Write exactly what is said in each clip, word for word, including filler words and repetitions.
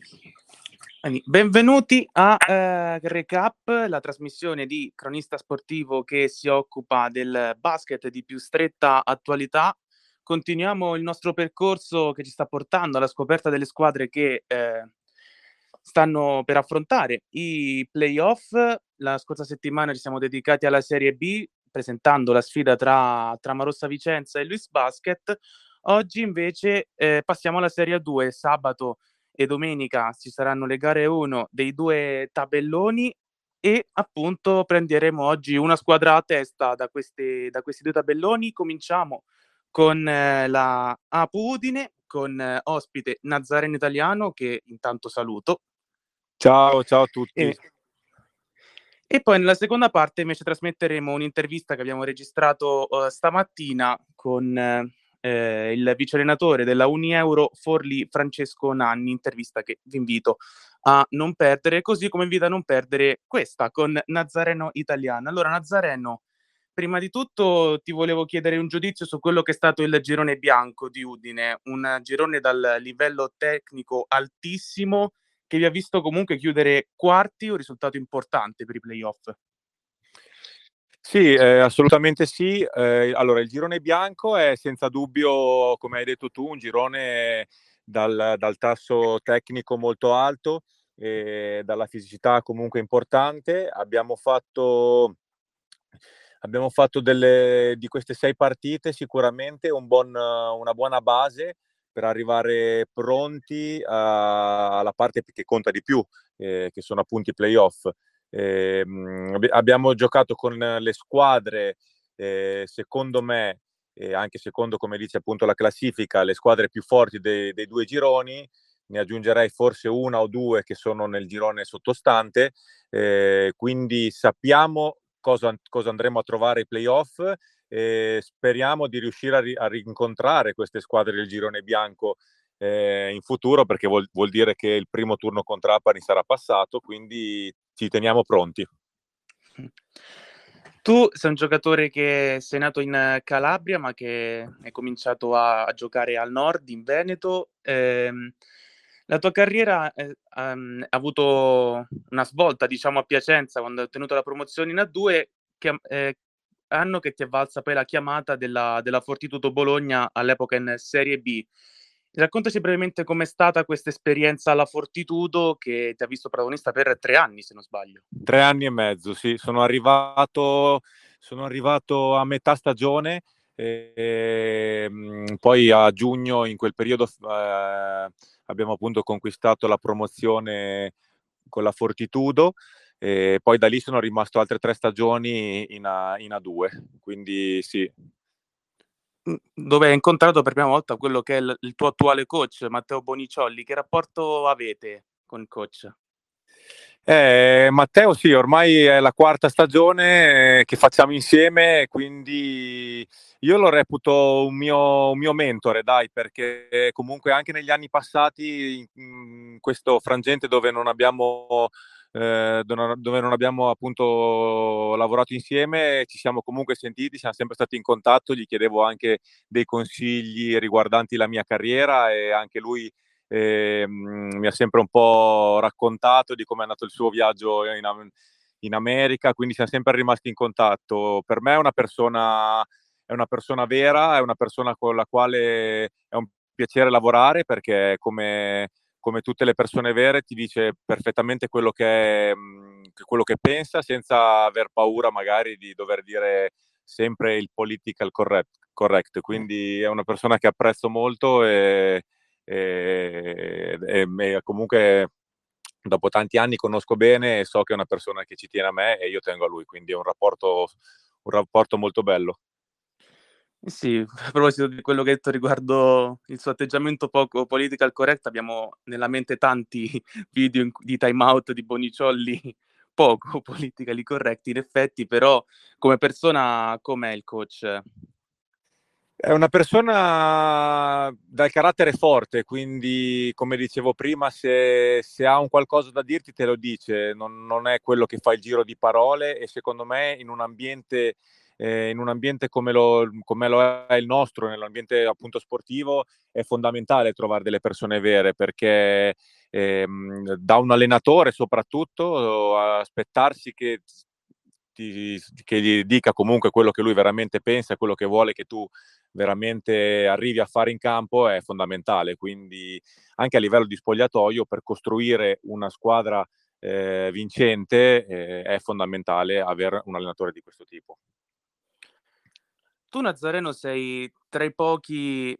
Quindi, benvenuti a eh, Recap, la trasmissione di cronista sportivo che si occupa del basket di più stretta attualità. Continuiamo il nostro percorso che ci sta portando alla scoperta delle squadre che eh, stanno per affrontare i playoff. La scorsa settimana ci siamo dedicati alla Serie B, presentando la sfida tra, tra Marossa Vicenza e Luis Basket. Oggi invece eh, passiamo alla Serie due. Sabato e domenica ci saranno le gare uno dei due tabelloni e appunto prenderemo oggi una squadra a testa da, queste, da questi due tabelloni. Cominciamo con eh, la Apu Udine, con eh, ospite Nazareno Italiano, che intanto saluto. Ciao, ciao a tutti. E, e poi nella seconda parte invece trasmetteremo un'intervista che abbiamo registrato uh, stamattina con eh, il vice allenatore della Unieuro Forlì, Francesco Nanni, intervista che vi invito a non perdere, così come invito a non perdere questa con Nazareno Italiano. Allora Nazareno, prima di tutto ti volevo chiedere un giudizio su quello che è stato il girone bianco di Udine, un girone dal livello tecnico altissimo che vi ha visto comunque chiudere quarti, un risultato importante per i playoff. Sì, eh, assolutamente sì. Eh, allora, il girone bianco è senza dubbio, come hai detto tu, un girone dal, dal tasso tecnico molto alto e dalla fisicità comunque importante. Abbiamo fatto, abbiamo fatto delle, di queste sei partite sicuramente un buon, una buona base per arrivare pronti a, alla parte che conta di più, eh, che sono appunto i playoff. Eh, abbiamo giocato con le squadre, eh, secondo me, eh, anche secondo come dice appunto la classifica, le squadre più forti dei, dei due gironi. Ne aggiungerei forse una o due che sono nel girone sottostante, eh, quindi sappiamo cosa, cosa andremo a trovare ai playoff e speriamo di riuscire a, ri- a rincontrare queste squadre del girone bianco eh, in futuro, perché vuol, vuol dire che il primo turno con Trapani sarà passato, quindi ci teniamo pronti. Tu sei un giocatore che sei nato in Calabria, ma che hai cominciato a, a giocare al nord, in Veneto. Ehm, la tua carriera eh, um, ha avuto una svolta, diciamo, a Piacenza quando hai ottenuto la promozione in A due, che, eh, anno che ti è valsa poi la chiamata della, della Fortitudo Bologna, all'epoca in Serie B. Raccontaci brevemente com'è stata questa esperienza alla Fortitudo, che ti ha visto protagonista per tre anni, se non sbaglio. Tre anni e mezzo, sì. Sono arrivato, sono arrivato a metà stagione e, e poi a giugno, in quel periodo, eh, abbiamo appunto conquistato la promozione con la Fortitudo e poi da lì sono rimasto altre tre stagioni in A, in A due, quindi sì. Dove hai incontrato per prima volta quello che è il, il tuo attuale coach, Matteo Boniciolli. Che rapporto avete con il coach? Eh, Matteo, sì, ormai è la quarta stagione eh, che facciamo insieme, quindi io lo reputo un mio, un mio mentore, dai, perché comunque anche negli anni passati, in questo frangente dove non abbiamo, eh, dove non abbiamo appunto lavorato insieme, ci siamo comunque sentiti, siamo sempre stati in contatto, gli chiedevo anche dei consigli riguardanti la mia carriera e anche lui e, mh, mi ha sempre un po' raccontato di come è andato il suo viaggio in, in America, quindi siamo sempre rimasti in contatto. Per me è una persona, è una persona vera, è una persona con la quale è un piacere lavorare perché come, come tutte le persone vere ti dice perfettamente quello che, è, mh, quello che pensa senza aver paura magari di dover dire sempre il political correct, correct. Quindi è una persona che apprezzo molto e e, e, e comunque dopo tanti anni conosco bene e so che è una persona che ci tiene a me e io tengo a lui, quindi è un rapporto, un rapporto molto bello. Sì, a proposito di quello che hai detto riguardo il suo atteggiamento poco political correct, abbiamo nella mente tanti video in- di time out di Boniciolli poco politically correct, in effetti, però come persona com'è il coach? È una persona dal carattere forte, quindi come dicevo prima, se, se ha un qualcosa da dirti te lo dice, non, non è quello che fa il giro di parole e secondo me in un ambiente, eh, in un ambiente come, lo, come lo è il nostro, nell'ambiente appunto sportivo, è fondamentale trovare delle persone vere perché ehm, da un allenatore soprattutto, aspettarsi che, ti, che gli dica comunque quello che lui veramente pensa, quello che vuole che tu veramente arrivi a fare in campo è fondamentale. Quindi anche a livello di spogliatoio, per costruire una squadra eh, vincente eh, è fondamentale avere un allenatore di questo tipo. Tu Nazareno sei tra i pochi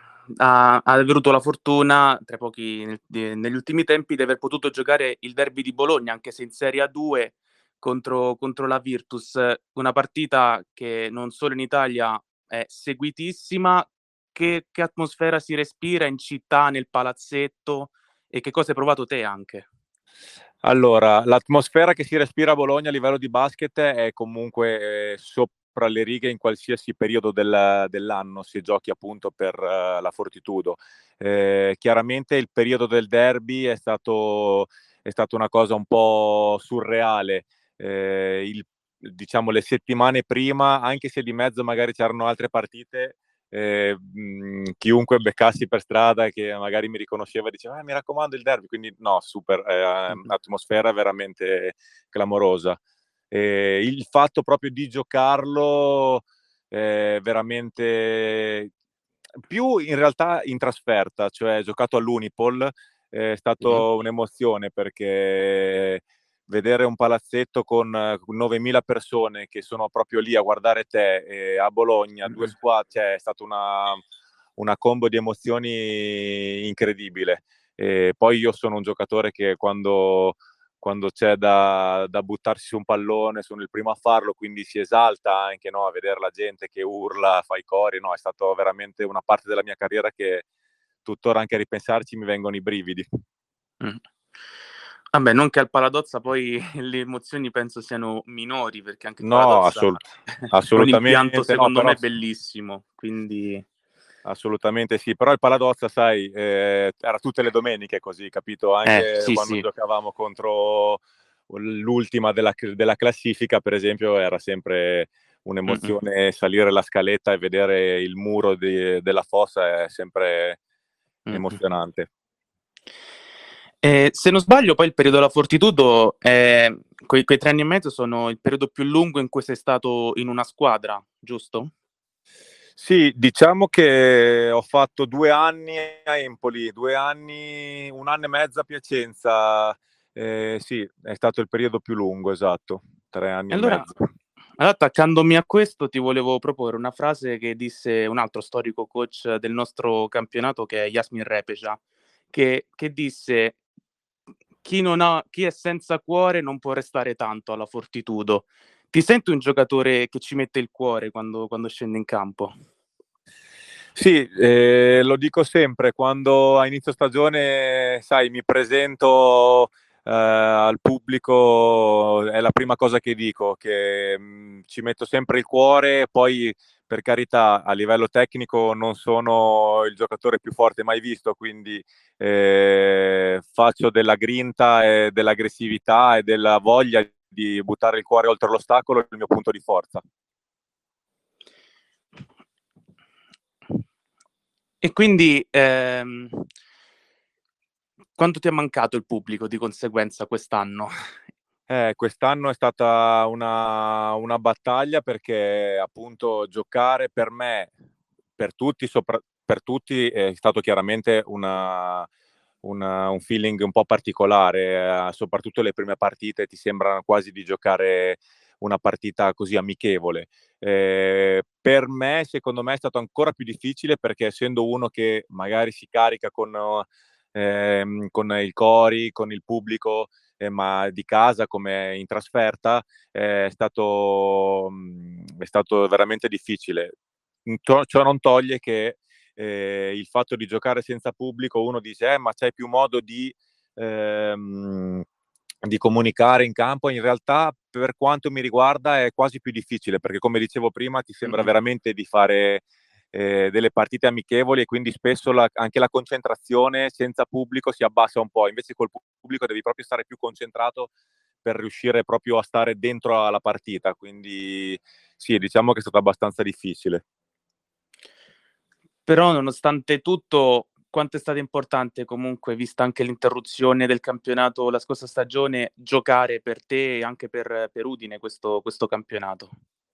a a aver avuto la fortuna, tra i pochi nel de negli ultimi tempi, di aver potuto giocare il derby di Bologna, anche se in Serie A due contro contro la Virtus, una partita che non solo in Italia è seguitissima. Che che atmosfera si respira in città, nel palazzetto e che cosa hai provato te anche? Allora, l'atmosfera che si respira a Bologna a livello di basket è comunque eh, sopra le righe in qualsiasi periodo del, dell'anno si giochi appunto per uh, la Fortitudo. Eh, chiaramente il periodo del derby è stato, è stato una cosa un po' surreale. Eh, il, diciamo le settimane prima, anche se di mezzo magari c'erano altre partite, eh, mh, chiunque beccassi per strada che magari mi riconosceva diceva eh, mi raccomando il derby, quindi no, super, eh, Mh-mh. atmosfera veramente clamorosa. Eh, il fatto proprio di giocarlo eh, veramente più in realtà in trasferta, cioè giocato all'Unipol, è Sì. stato un'emozione perché vedere un palazzetto con novemila persone che sono proprio lì a guardare te e a Bologna, due Mh-mh. squadre, cioè è stata una, una combo di emozioni incredibile. E poi io sono un giocatore che quando, quando c'è da, da buttarsi su un pallone sono il primo a farlo, quindi si esalta anche, no, a vedere la gente che urla, fa i cori, no, è stato veramente una parte della mia carriera che tuttora anche a ripensarci mi vengono i brividi. Mh. Vabbè, non che al Paladozza poi le emozioni penso siano minori, perché anche il No, Paladozza assolut- è un impianto assolutamente no, secondo però me bellissimo, quindi assolutamente sì, però il Paladozza, sai, eh, era tutte le domeniche così, capito? eh, Anche sì, quando sì. giocavamo contro l'ultima della, della classifica, per esempio, era sempre Mh-mh. un'emozione salire la scaletta e vedere il muro di, della fossa, è sempre Mh-mh. emozionante. Ehm, se non sbaglio poi il periodo della Fortitudo, ehm, quei quei tre anni e mezzo sono il periodo più lungo in cui sei stato in una squadra, giusto? Sì, diciamo che ho fatto due anni a Empoli, due anni, un anno e mezzo a Piacenza. Eh, sì, è stato il periodo più lungo, esatto, tre anni E e allora mezzo. allora attaccandomi a questo ti volevo proporre una frase che disse un altro storico coach del nostro campionato che è Yasmin Repeša, che che disse: "Chi non ha chi è senza cuore non può restare tanto alla Fortitudo." Ti senti un giocatore che ci mette il cuore quando quando scende in campo? Sì, eh, lo dico sempre, quando a inizio stagione, sai, mi presento eh, al pubblico, è la prima cosa che dico, che mh, ci metto sempre il cuore, poi per carità a livello tecnico non sono il giocatore più forte mai visto, quindi eh, faccio della grinta e dell'aggressività e della voglia di buttare il cuore oltre l'ostacolo il mio punto di forza. E quindi, ehm, quanto ti è mancato il pubblico di conseguenza quest'anno? Eh, quest'anno è stata una, una battaglia perché appunto giocare per me, per tutti, sopra, per tutti è stato chiaramente una, una, un feeling un po' particolare, eh, soprattutto le prime partite ti sembrano quasi di giocare una partita così amichevole. Eh, per me, secondo me, è stato ancora più difficile perché essendo uno che magari si carica con, ehm, con i cori, con il pubblico, eh, ma di casa come in trasferta, eh, è stato, mh, è stato veramente difficile. Ciò, ciò non toglie che eh, il fatto di giocare senza pubblico, uno dice, eh, ma c'hai più modo di, ehm, di comunicare in campo. In realtà, per quanto mi riguarda, è quasi più difficile, perché come dicevo prima, ti sembra Mh-mh. veramente di fare eh, delle partite amichevoli e quindi spesso la, anche la concentrazione senza pubblico si abbassa un po', invece col pubblico devi proprio stare più concentrato per riuscire proprio a stare dentro alla partita, quindi sì, diciamo che è stato abbastanza difficile. Però nonostante tutto quanto è stato importante comunque, vista anche l'interruzione del campionato la scorsa stagione, giocare per te e anche per per Udine questo questo campionato?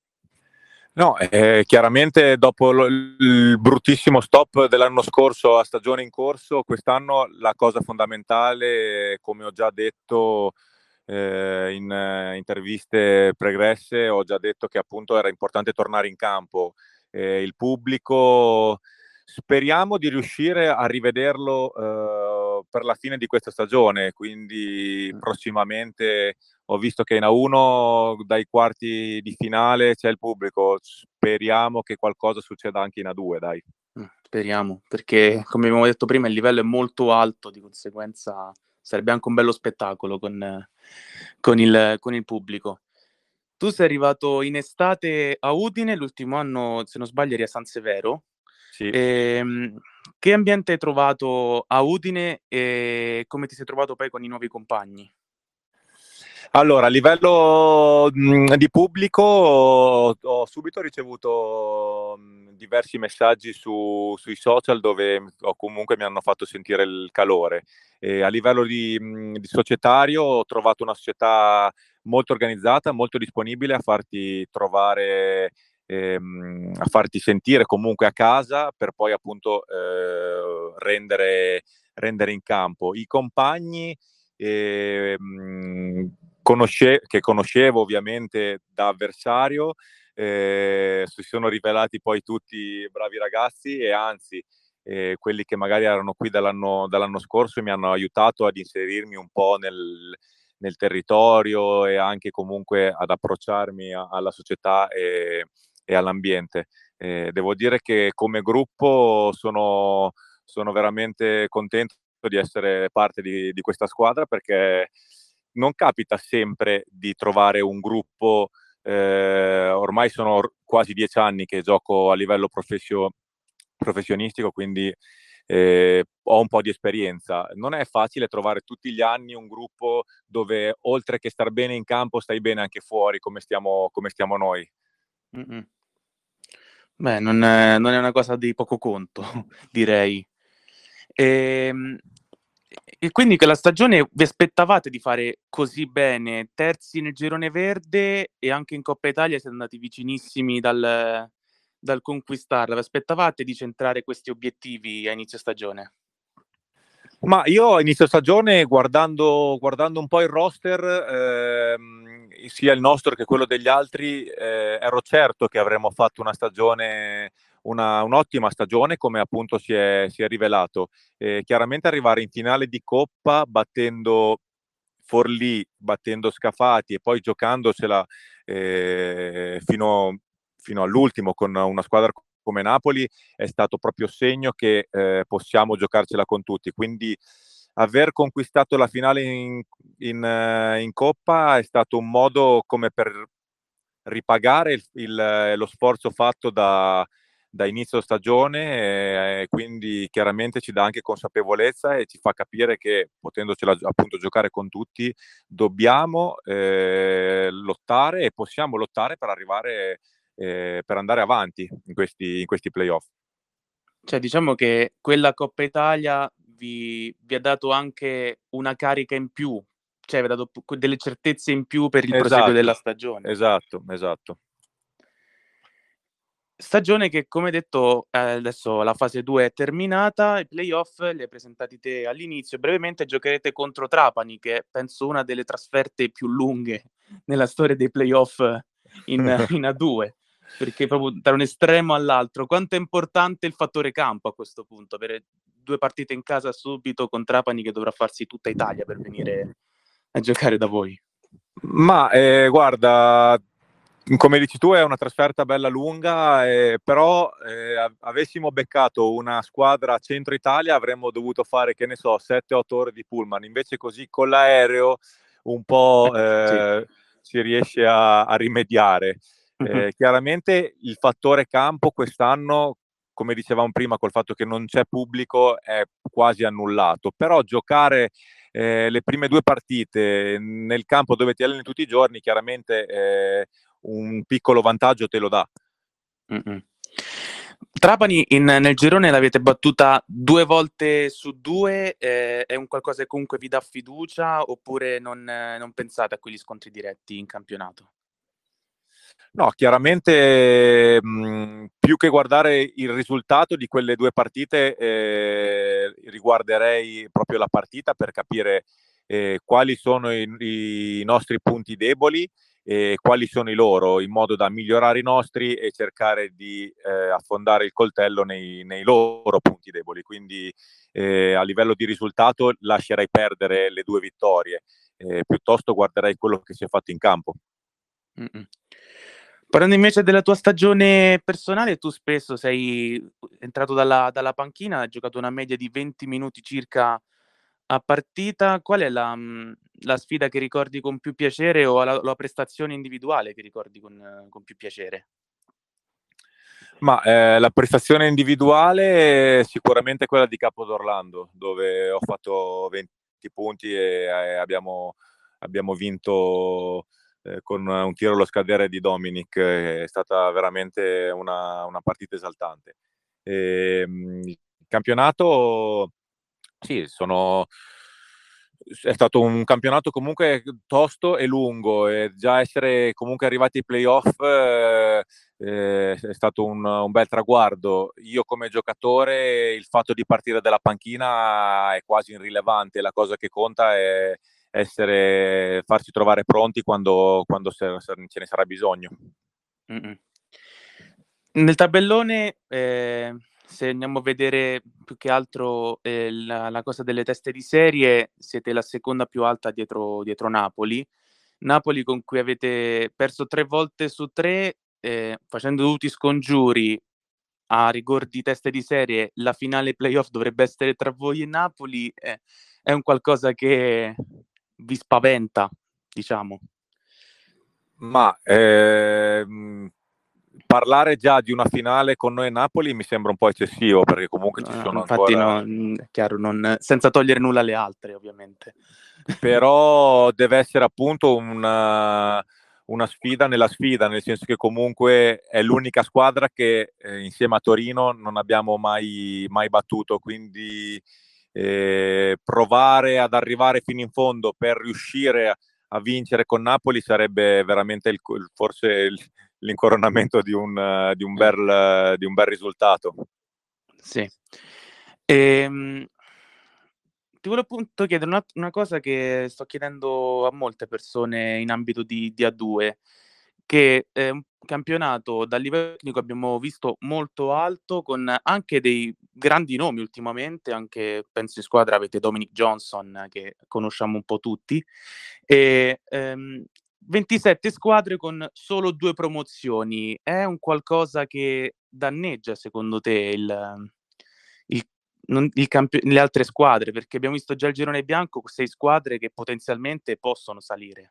No, eh, chiaramente dopo lo, il bruttissimo stop dell'anno scorso a stagione in corso, quest'anno la cosa fondamentale, come ho già detto eh, in eh, interviste pregresse, ho già detto che appunto era importante tornare in campo. Eh, il pubblico, speriamo di riuscire a rivederlo eh, per la fine di questa stagione, quindi prossimamente ho visto che in A uno dai quarti di finale c'è il pubblico, speriamo che qualcosa succeda anche in A due, dai. Speriamo, perché come abbiamo detto prima il livello è molto alto, di conseguenza sarebbe anche un bello spettacolo con con il con il pubblico. Tu sei arrivato in estate a Udine, l'ultimo anno se non sbaglio eri a San Severo. Sì. Ehm, che ambiente hai trovato a Udine e come ti sei trovato poi con i nuovi compagni? Allora, a livello mh, di pubblico ho, ho subito ricevuto mh, diversi messaggi su, sui social dove o comunque mi hanno fatto sentire il calore. E a livello di, mh, di societario ho trovato una società molto organizzata, molto disponibile a farti trovare, ehm, a farti sentire comunque a casa per poi appunto eh, rendere, rendere in campo. I compagni e, mh, conosce- che conoscevo ovviamente da avversario, eh, si sono rivelati poi tutti bravi ragazzi e anzi eh, quelli che magari erano qui dall'anno, dall'anno scorso mi hanno aiutato ad inserirmi un po' nel, nel territorio e anche comunque ad approcciarmi a, alla società e, e all'ambiente. Eh, devo dire che come gruppo sono, sono veramente contento di essere parte di, di questa squadra perché non capita sempre di trovare un gruppo, eh, ormai sono quasi dieci anni che gioco a livello professio, professionistico, quindi eh, ho un po' di esperienza. Non è facile trovare tutti gli anni un gruppo dove oltre che star bene in campo stai bene anche fuori come stiamo, come stiamo noi. Mh-mh. Beh, non è non è una cosa di poco conto, direi. Ehm, e quindi quella stagione vi aspettavate di fare così bene? Terzi nel girone verde e anche in Coppa Italia siete andati vicinissimi dal dal conquistarla. Vi aspettavate di centrare questi obiettivi a inizio stagione? Ma io a inizio stagione, guardando, guardando un po' il roster, ehm, sia il nostro che quello degli altri, eh, ero certo che avremmo fatto una stagione, una, un'ottima stagione, come appunto si è, si è rivelato. Eh, chiaramente arrivare in finale di Coppa battendo Forlì, battendo Scafati e poi giocandocela eh, fino, fino all'ultimo con una squadra come Napoli è stato proprio segno che eh, possiamo giocarcela con tutti. Quindi aver conquistato la finale in, in, uh, in Coppa è stato un modo come per ripagare il, il, lo sforzo fatto da, da inizio stagione e quindi chiaramente ci dà anche consapevolezza e ci fa capire che potendocela appunto giocare con tutti dobbiamo eh, lottare e possiamo lottare per arrivare eh, per andare avanti in questi, in questi playoff. Cioè, diciamo che quella Coppa Italia vi vi ha dato anche una carica in più, cioè vi ha dato p delle certezze in più per il proseguo della Esatto, stagione. esatto, esatto. Stagione che come detto, ehm, adesso la fase due è terminata, i playoff li hai presentati te all'inizio. Brevemente giocherete contro Trapani, che è penso una delle trasferte più lunghe nella storia dei playoff in in A due, perché proprio da un estremo all'altro. Quanto è importante il fattore campo a questo punto? Avere due partite in casa subito con Trapani che dovrà farsi tutta Italia per venire a giocare da voi. Ma eh, guarda, come dici tu, è una trasferta bella lunga, eh, però eh, avessimo beccato una squadra a centro Italia avremmo dovuto fare, che ne so, sette otto ore di pullman. Invece così con l'aereo un po' Sì. eh, si riesce a, a rimediare. Mh-mh. Eh, chiaramente il fattore campo quest'anno, come dicevamo prima, col fatto che non c'è pubblico è quasi annullato, però giocare eh, le prime due partite nel campo dove ti alleni tutti i giorni, chiaramente eh, un piccolo vantaggio te lo dà. Mh-mh. Trapani in, nel girone l'avete battuta due volte su due, eh, è un qualcosa che comunque vi dà fiducia oppure non, eh, non pensate a quegli scontri diretti in campionato? No, chiaramente mh, più che guardare il risultato di quelle due partite, eh, riguarderei proprio la partita per capire eh, quali sono i, i nostri punti deboli e quali sono i loro, in modo da migliorare i nostri e cercare di eh, affondare il coltello nei, nei loro punti deboli. Quindi eh, a livello di risultato lascerei perdere le due vittorie, eh, piuttosto guarderei quello che si è fatto in campo. Mm-mm. Parlando invece della tua stagione personale, tu spesso sei entrato dalla, dalla panchina, hai giocato una media di venti minuti circa a partita. Qual è la, mh, la sfida che ricordi con più piacere o la, la prestazione individuale che ricordi con, eh, con più piacere? Ma eh, la prestazione individuale è sicuramente quella di Capodorlando, dove ho fatto venti punti e eh, abbiamo, abbiamo vinto eh, con un tiro allo scadere di Dominic. È stata veramente una, una partita esaltante. E, mh, il campionato, sì, sono, è stato un campionato comunque tosto e lungo, e già essere comunque arrivati ai playoff eh, eh, è stato un, un bel traguardo. Io come giocatore il fatto di partire dalla panchina è quasi irrilevante, la cosa che conta è essere, farsi trovare pronti quando, quando se, se ce ne sarà bisogno. Mm-mm. Nel tabellone, eh, se andiamo a vedere più che altro eh, la, la cosa delle teste di serie, siete la seconda più alta dietro, dietro Napoli. Napoli con cui avete perso tre volte su tre, eh, facendo tutti scongiuri a rigor di teste di serie, la finale playoff dovrebbe essere tra voi e Napoli, eh, è un qualcosa che vi spaventa, diciamo. Ma ehm, parlare già di una finale con noi a Napoli mi sembra un po' eccessivo, perché comunque No, ci no, sono infatti ancora. no, è chiaro, non, senza togliere nulla alle altre, ovviamente. Però deve essere appunto una, una sfida nella sfida, nel senso che comunque è l'unica squadra che eh, insieme a Torino non abbiamo mai, mai battuto, quindi eh, provare ad arrivare fino in fondo per riuscire a, a vincere con Napoli sarebbe veramente il, forse il, l'incoronamento di un, di, un Mm, bel, di un bel risultato. sì. Ehm, ti volevo appunto chiedere una, una cosa che sto chiedendo a molte persone in ambito di, di A due, che è un campionato dal livello tecnico abbiamo visto molto alto, con anche dei grandi nomi ultimamente, anche penso in squadra avete Dominic Johnson, che conosciamo un po' tutti, e ehm, ventisette squadre con solo due promozioni. È un qualcosa che danneggia secondo te il, il non, il campi- le altre squadre, perché abbiamo visto già il girone bianco, sei squadre che potenzialmente possono salire.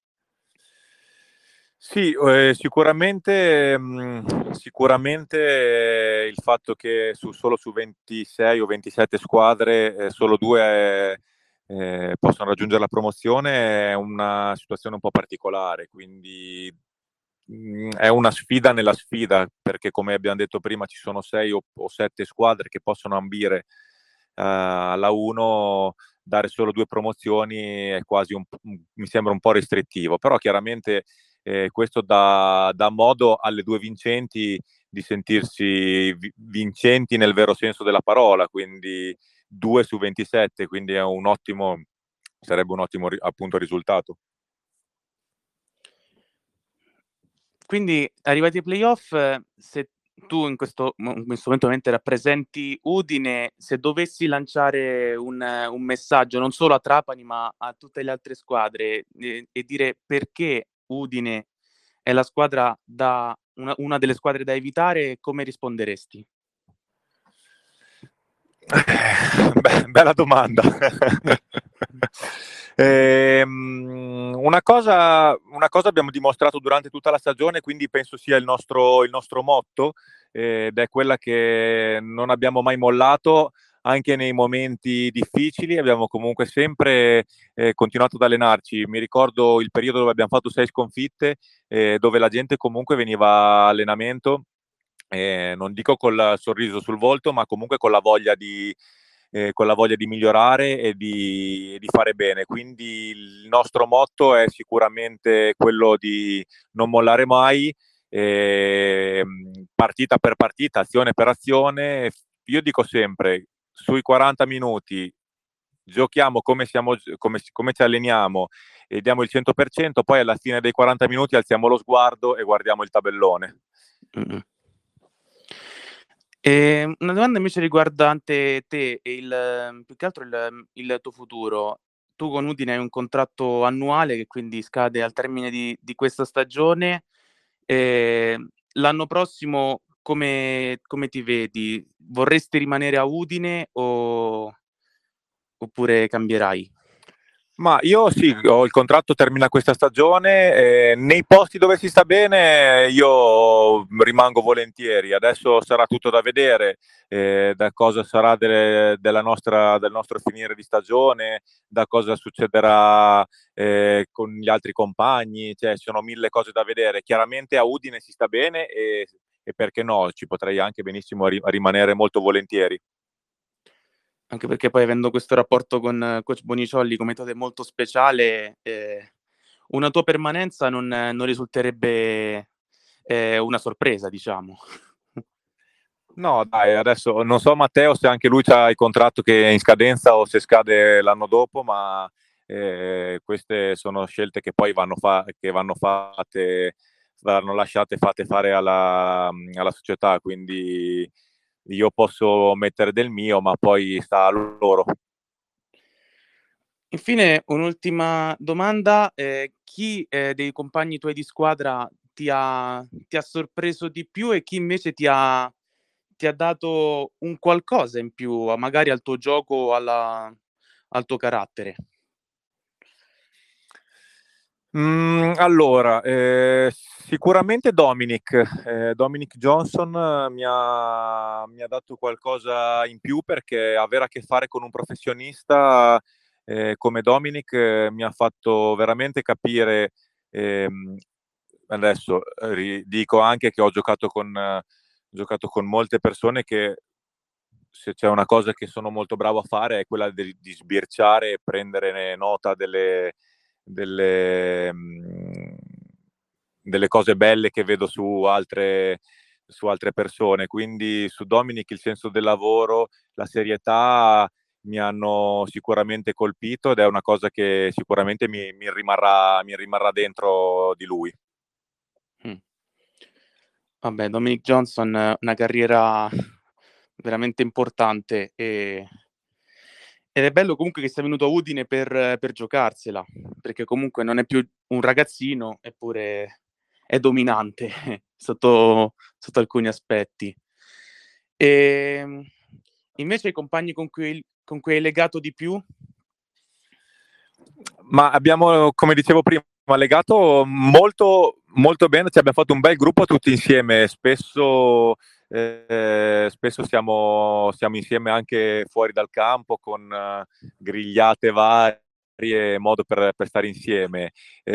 Sì, eh, sicuramente, mh, sicuramente eh, il fatto che su, solo su ventisei o ventisette squadre eh, solo due eh, possono raggiungere la promozione è una situazione un po' particolare, quindi mh, è una sfida nella sfida, perché come abbiamo detto prima ci sono sei o, o sette squadre che possono ambire eh, alla uno. Dare solo due promozioni è quasi un, mi sembra un po' restrittivo, però chiaramente eh, questo dà, dà modo alle due vincenti di sentirsi vi- vincenti nel vero senso della parola, quindi due su ventisette, quindi è un ottimo, sarebbe un ottimo appunto risultato. Quindi, arrivati ai playoff, eh, se tu in questo, in questo momento ovviamente rappresenti Udine, se dovessi lanciare un, un messaggio non solo a Trapani ma a tutte le altre squadre eh, e dire perché Udine è la squadra da, una, una delle squadre da evitare, come risponderesti? Beh, bella domanda. Ehm, una cosa, una cosa abbiamo dimostrato durante tutta la stagione, quindi penso sia il nostro, il nostro motto, eh, ed è quella che non abbiamo mai mollato anche nei momenti difficili, abbiamo comunque sempre eh, continuato ad allenarci. Mi ricordo il periodo dove abbiamo fatto sei sconfitte, eh, dove la gente comunque veniva a allenamento eh, non dico col sorriso sul volto, ma comunque con la voglia di, eh, con la voglia di migliorare e di, di fare bene. Quindi il nostro motto è sicuramente quello di non mollare mai, eh, partita per partita, azione per azione. Io dico sempre, sui quaranta minuti giochiamo come, siamo, come, come ci alleniamo e diamo il cento per cento, poi alla fine dei quaranta minuti alziamo lo sguardo e guardiamo il tabellone. Mm-mm. E una domanda invece riguardante te e il, più che altro il, il tuo futuro. Tu con Udine hai un contratto annuale che quindi scade al termine di, di questa stagione. E l'anno prossimo come, come ti vedi? Vorresti rimanere a Udine o, oppure cambierai? Ma io sì, ho il contratto, termina questa stagione, eh, nei posti dove si sta bene io rimango volentieri, adesso sarà tutto da vedere, eh, da cosa sarà delle, della nostra, del nostro finire di stagione, da cosa succederà eh, con gli altri compagni, cioè ci sono mille cose da vedere. Chiaramente a Udine si sta bene e, e perché no, ci potrei anche benissimo ri- rimanere molto volentieri. Anche perché poi avendo questo rapporto con eh, coach Boniciolli come te molto speciale, eh, una tua permanenza non, non risulterebbe eh, una sorpresa, diciamo. No, dai, adesso non so Matteo se anche lui ha il contratto che è in scadenza o se scade l'anno dopo, ma eh, queste sono scelte che poi vanno, fa- che vanno fatte, vanno lasciate fatte fare alla, alla società, quindi io posso mettere del mio, ma poi sta a loro. Infine, un'ultima domanda. Eh, chi eh, dei compagni tuoi di squadra ti ha, ti ha sorpreso di più e chi invece ti ha, ti ha dato un qualcosa in più, magari al tuo gioco o alla- al tuo carattere? Mm, allora, eh, sicuramente Dominic, eh, Dominic Johnson eh, mi ha, mi ha dato qualcosa in più perché avere a che fare con un professionista eh, come Dominic eh, mi ha fatto veramente capire, ehm, adesso eh, ri- dico anche che ho giocato con, eh, giocato con molte persone che se c'è una cosa che sono molto bravo a fare è quella di, di sbirciare e prendere nota delle, delle, mh, delle cose belle che vedo su altre, su altre persone. Quindi su Dominic il senso del lavoro, la serietà mi hanno sicuramente colpito ed è una cosa che sicuramente mi, mi rimarrà, mi rimarrà dentro di lui. Mm. Vabbè, Dominic Johnson, eh, una carriera veramente importante e... ed è bello comunque che sia venuto a Udine per, per giocarsela, perché comunque non è più un ragazzino, eppure è dominante sotto, sotto alcuni aspetti. E invece i compagni con cui, con cui hai legato di più? Ma abbiamo, come dicevo prima, legato molto, molto bene, cioè abbiamo fatto un bel gruppo tutti insieme, spesso, eh, spesso siamo, siamo insieme anche fuori dal campo con eh, grigliate varie, modo per, per stare insieme.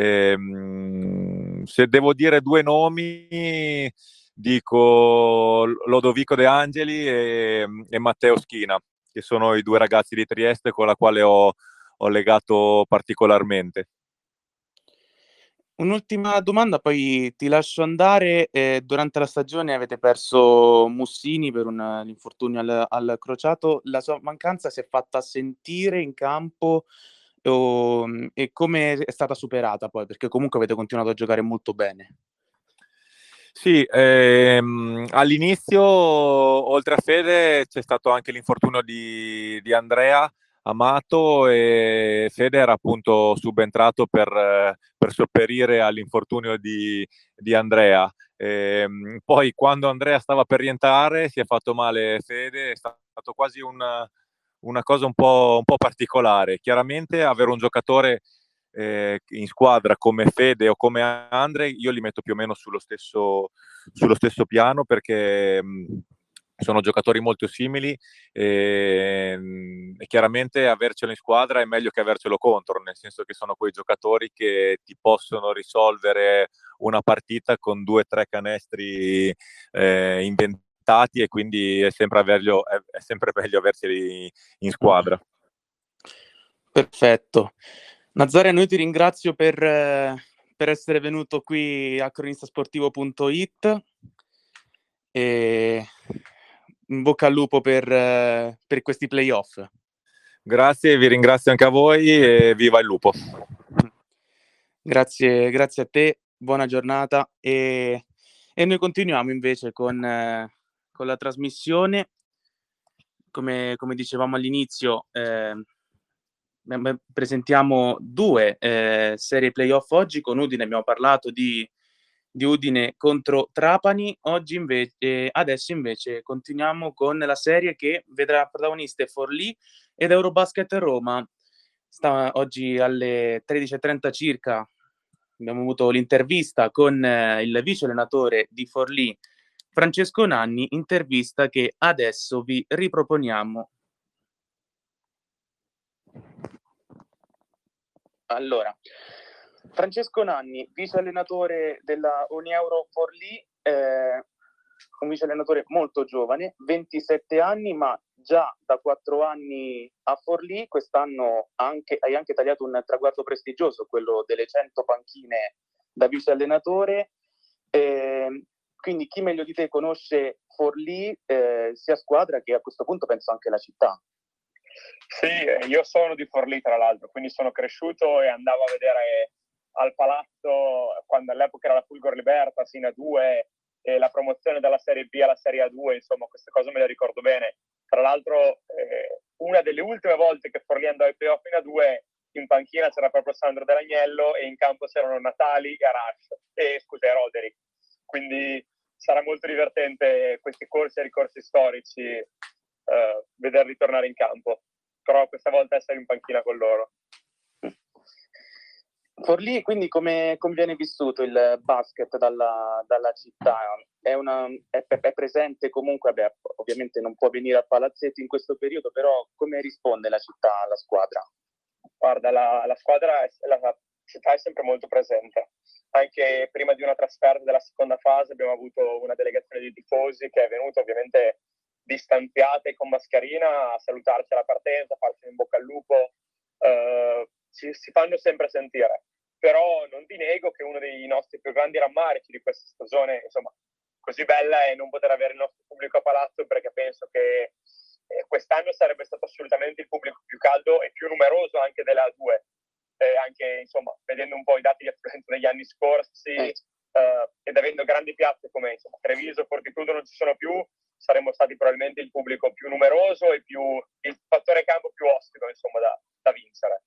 Ehm, se devo dire due nomi, dico Lodovico De Angeli e, e Matteo Schina, che sono i due ragazzi di Trieste con la quale ho ho legato particolarmente. Un'ultima domanda, poi ti lascio andare. Eh, durante la stagione avete perso Mussini per un infortunio al, al crociato. La sua mancanza si è fatta sentire in campo o- e come è stata superata poi? Perché comunque avete continuato a giocare molto bene. Sì, ehm, all'inizio, oltre a Fede, c'è stato anche l'infortunio di, di Andrea Amato e Fede era appunto subentrato per, eh, per sopperire all'infortunio di, di Andrea. Ehm, poi quando Andrea stava per rientrare si è fatto male Fede, è stato quasi un, una cosa un po', un po' particolare. Chiaramente avere un giocatore eh, in squadra come Fede o come Andre, io li metto più o meno sullo stesso, sullo stesso piano perché mh, sono giocatori molto simili e, e chiaramente avercelo in squadra è meglio che avercelo contro, nel senso che sono quei giocatori che ti possono risolvere una partita con due o tre canestri eh, inventati, e quindi è sempre, averlo, è, è sempre meglio averceli in squadra. Perfetto. Nazareno, io ti ringrazio per, per essere venuto qui a cronistasportivo punto it e in bocca al lupo per, per questi playoff. Grazie, vi ringrazio anche a voi e viva il lupo. Grazie, grazie a te, buona giornata e, e noi continuiamo invece con, eh, con la trasmissione. Come, come dicevamo all'inizio, eh, presentiamo due eh, serie playoff oggi. Con Udine abbiamo parlato di, di Udine contro Trapani. Oggi invece, eh, adesso invece continuiamo con la serie che vedrà protagoniste Forlì ed Eurobasket Roma. Sta, oggi alle tredici e trenta circa abbiamo avuto l'intervista con eh, il vice allenatore di Forlì, Francesco Nanni, intervista che adesso vi riproponiamo. Allora, Francesco Nanni, vice allenatore della Unieuro Forlì, eh, un vice allenatore molto giovane, ventisette anni, ma già da quattro anni a Forlì. Quest'anno anche, hai anche tagliato un traguardo prestigioso, quello delle cento panchine da vice allenatore. Eh, quindi chi meglio di te conosce Forlì, eh, sia squadra che a questo punto penso anche la città? Sì, io sono di Forlì tra l'altro, quindi sono cresciuto e andavo a vedere al Palazzo, quando all'epoca era la Fulgor Libertas in A due e la promozione dalla Serie B alla Serie A due, insomma queste cose me le ricordo bene. Tra l'altro eh, una delle ultime volte che Forlì andò ai playoff in A due, in panchina c'era proprio Sandro Dell'Agnello e in campo c'erano Natali e Arash, e scusa, e Roderick. Quindi sarà molto divertente questi corsi e ricorsi storici, eh, vederli tornare in campo. Però questa volta essere in panchina con loro. Forlì, quindi come, come viene vissuto il basket dalla, dalla città? È, una, è, è presente comunque, beh, ovviamente non può venire al palazzetto in questo periodo, però come risponde la città alla squadra? Guarda, la, la squadra, è, la città è sempre molto presente. Anche prima di una trasferta della seconda fase abbiamo avuto una delegazione di tifosi che è venuta ovviamente distanziata e con mascherina a salutarci alla partenza, a farci in bocca al lupo. Uh, si, si fanno sempre sentire, però non ti nego che uno dei nostri più grandi rammarici di questa stagione, insomma, così bella, è non poter avere il nostro pubblico a palazzo, perché penso che eh, quest'anno sarebbe stato assolutamente il pubblico più caldo e più numeroso anche della A due, eh, anche insomma vedendo un po' i dati di affluenza degli anni scorsi, eh. uh, ed avendo grandi piazze come insomma Treviso, Fortitudo non ci sono più, saremmo stati probabilmente il pubblico più numeroso e più il fattore campo più ostico, insomma, da, da vincere.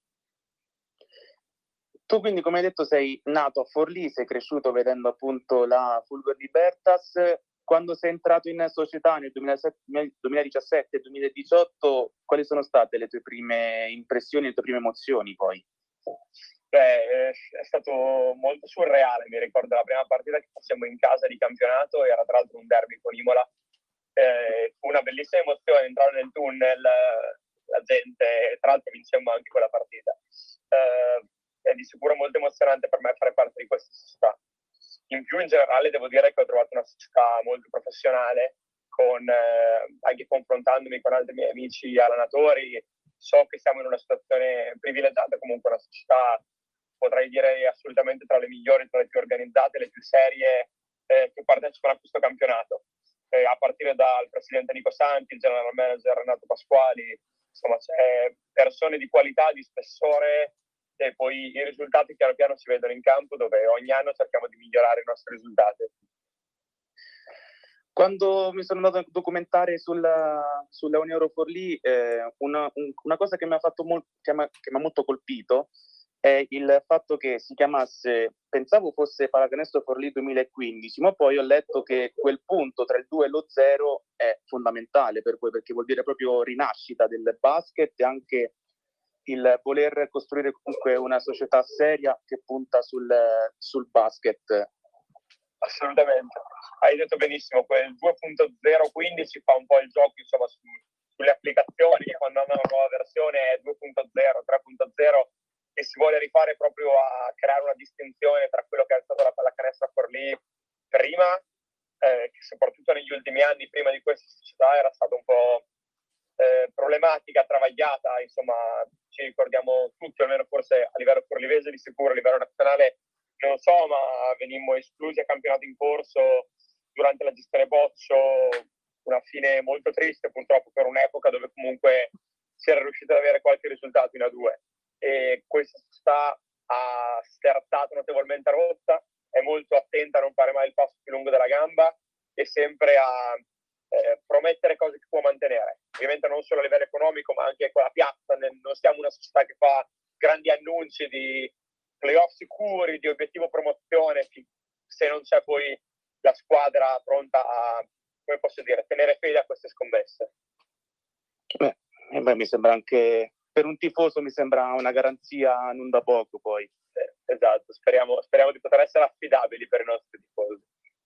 Tu quindi, come hai detto, sei nato a Forlì, sei cresciuto vedendo appunto la Fulgor Libertas. Quando sei entrato in società nel duemiladiciassette duemiladiciotto, quali sono state le tue prime impressioni, le tue prime emozioni poi? Beh, è stato molto surreale. Mi ricordo la prima partita che facciamo in casa di campionato, era tra l'altro un derby con Imola. Eh, fu una bellissima emozione entrare nel tunnel, la gente, tra l'altro vincemmo anche quella partita. Eh, è di sicuro molto emozionante per me fare parte di questa società. In più, in generale, devo dire che ho trovato una società molto professionale, con, eh, anche confrontandomi con altri miei amici allenatori, so che siamo in una situazione privilegiata, comunque una società, potrei dire, assolutamente tra le migliori, tra le più organizzate, le più serie eh, che partecipano a questo campionato. Eh, a partire dal presidente Nico Santi, il general manager Renato Pasquali, insomma c'è persone di qualità, di spessore, e poi i risultati piano piano si vedono in campo, dove ogni anno cerchiamo di migliorare i nostri risultati. Quando mi sono andato a documentare sulla, sulla Unieuro Forlì, eh, una, un, una cosa che mi ha fatto molto, che mi ha molto colpito è il fatto che si chiamasse, pensavo fosse Pallacanestro Forlì duemilaquindici, ma poi ho letto che quel punto tra il due e lo zero è fondamentale per voi, perché vuol dire proprio rinascita del basket e anche il voler costruire comunque una società seria che punta sul, sul basket. Assolutamente, hai detto benissimo, quel due punto zero quindi si fa un po' il gioco, insomma, su, sulle applicazioni, quando hanno una nuova versione due punto zero, tre punto zero, e si vuole rifare proprio a creare una distinzione tra quello che è stata la pallacanestro Forlì prima, eh, che soprattutto negli ultimi anni, prima di questa società, era stata un po' eh, problematica, travagliata, insomma, ci ricordiamo tutti, almeno forse a livello forlivese di sicuro, a livello nazionale, non so, ma venimmo esclusi a campionato in corso durante la gestione Boccio, una fine molto triste purtroppo per un'epoca dove comunque si era riuscito ad avere qualche risultato in A due, e questa società ha sterzato notevolmente a rotta, è molto attenta a non fare mai il passo più lungo della gamba e sempre a eh, promettere cose che può mantenere, ovviamente non solo a livello economico ma anche con la piazza. Non siamo una società che fa grandi annunci di playoff sicuri, di obiettivo promozione, se non c'è poi la squadra pronta a, come posso dire, tenere fede a queste scommesse. Beh, eh beh, mi sembra anche, per un tifoso mi sembra una garanzia non da poco poi. Eh, esatto, speriamo, speriamo di poter essere affidabili per i nostri tifosi.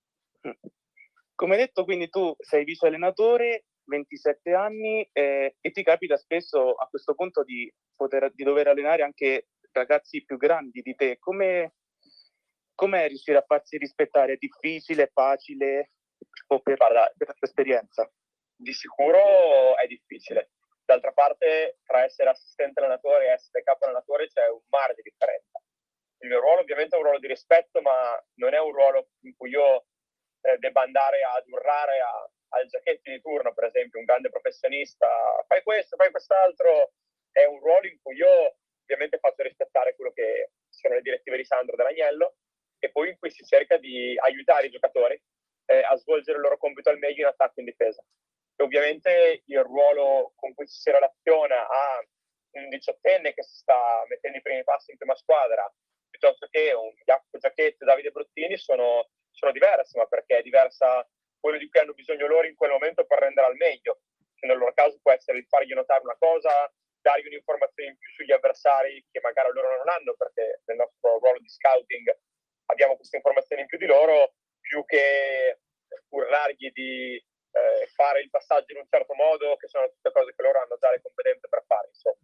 Come detto, quindi tu sei vice allenatore, ventisette anni, eh, e ti capita spesso a questo punto di, poter, di dover allenare anche ragazzi più grandi di te. Come com'è riuscire a farsi rispettare? È difficile, facile? O per, Guarda, per la tua esperienza? Di sicuro è difficile. D'altra parte, tra essere assistente allenatore e essere capo allenatore c'è un mare di differenza. Il mio ruolo ovviamente è un ruolo di rispetto, ma non è un ruolo in cui io eh, debba andare ad urlare a, al Giacchetti di turno, per esempio, un grande professionista, fai questo, fai quest'altro. È un ruolo in cui io ovviamente faccio rispettare quello che sono le direttive di Sandro Dell'Agnello, e poi in cui si cerca di aiutare i giocatori eh, a svolgere il loro compito al meglio in attacco e in difesa. E ovviamente il ruolo con cui si relaziona a un diciottenne che si sta mettendo i primi passi in prima squadra, piuttosto che un Jacopo Giacchetti e Davide Bruttini, sono, sono diverse, ma perché è diversa quello di cui hanno bisogno loro in quel momento per rendere al meglio. Che nel loro caso può essere il fargli notare una cosa, dargli un'informazione in più sugli avversari che magari loro non hanno, perché nel nostro ruolo di scouting abbiamo queste informazioni in più di loro, più che urlargli di eh, fare il passaggio in un certo modo, che sono tutte cose che loro hanno già le competenze per fare, insomma.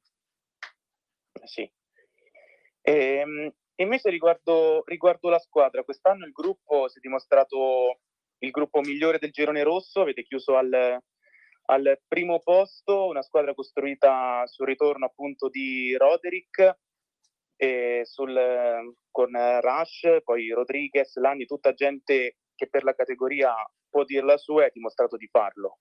Sì. E, invece riguardo, riguardo la squadra, quest'anno il gruppo si è dimostrato il gruppo migliore del girone rosso, avete chiuso al, al primo posto, una squadra costruita sul ritorno appunto di Roderick, e sul, con Rush, poi Rodriguez, Landi, tutta gente che per la categoria può dir la sua e ha dimostrato di farlo.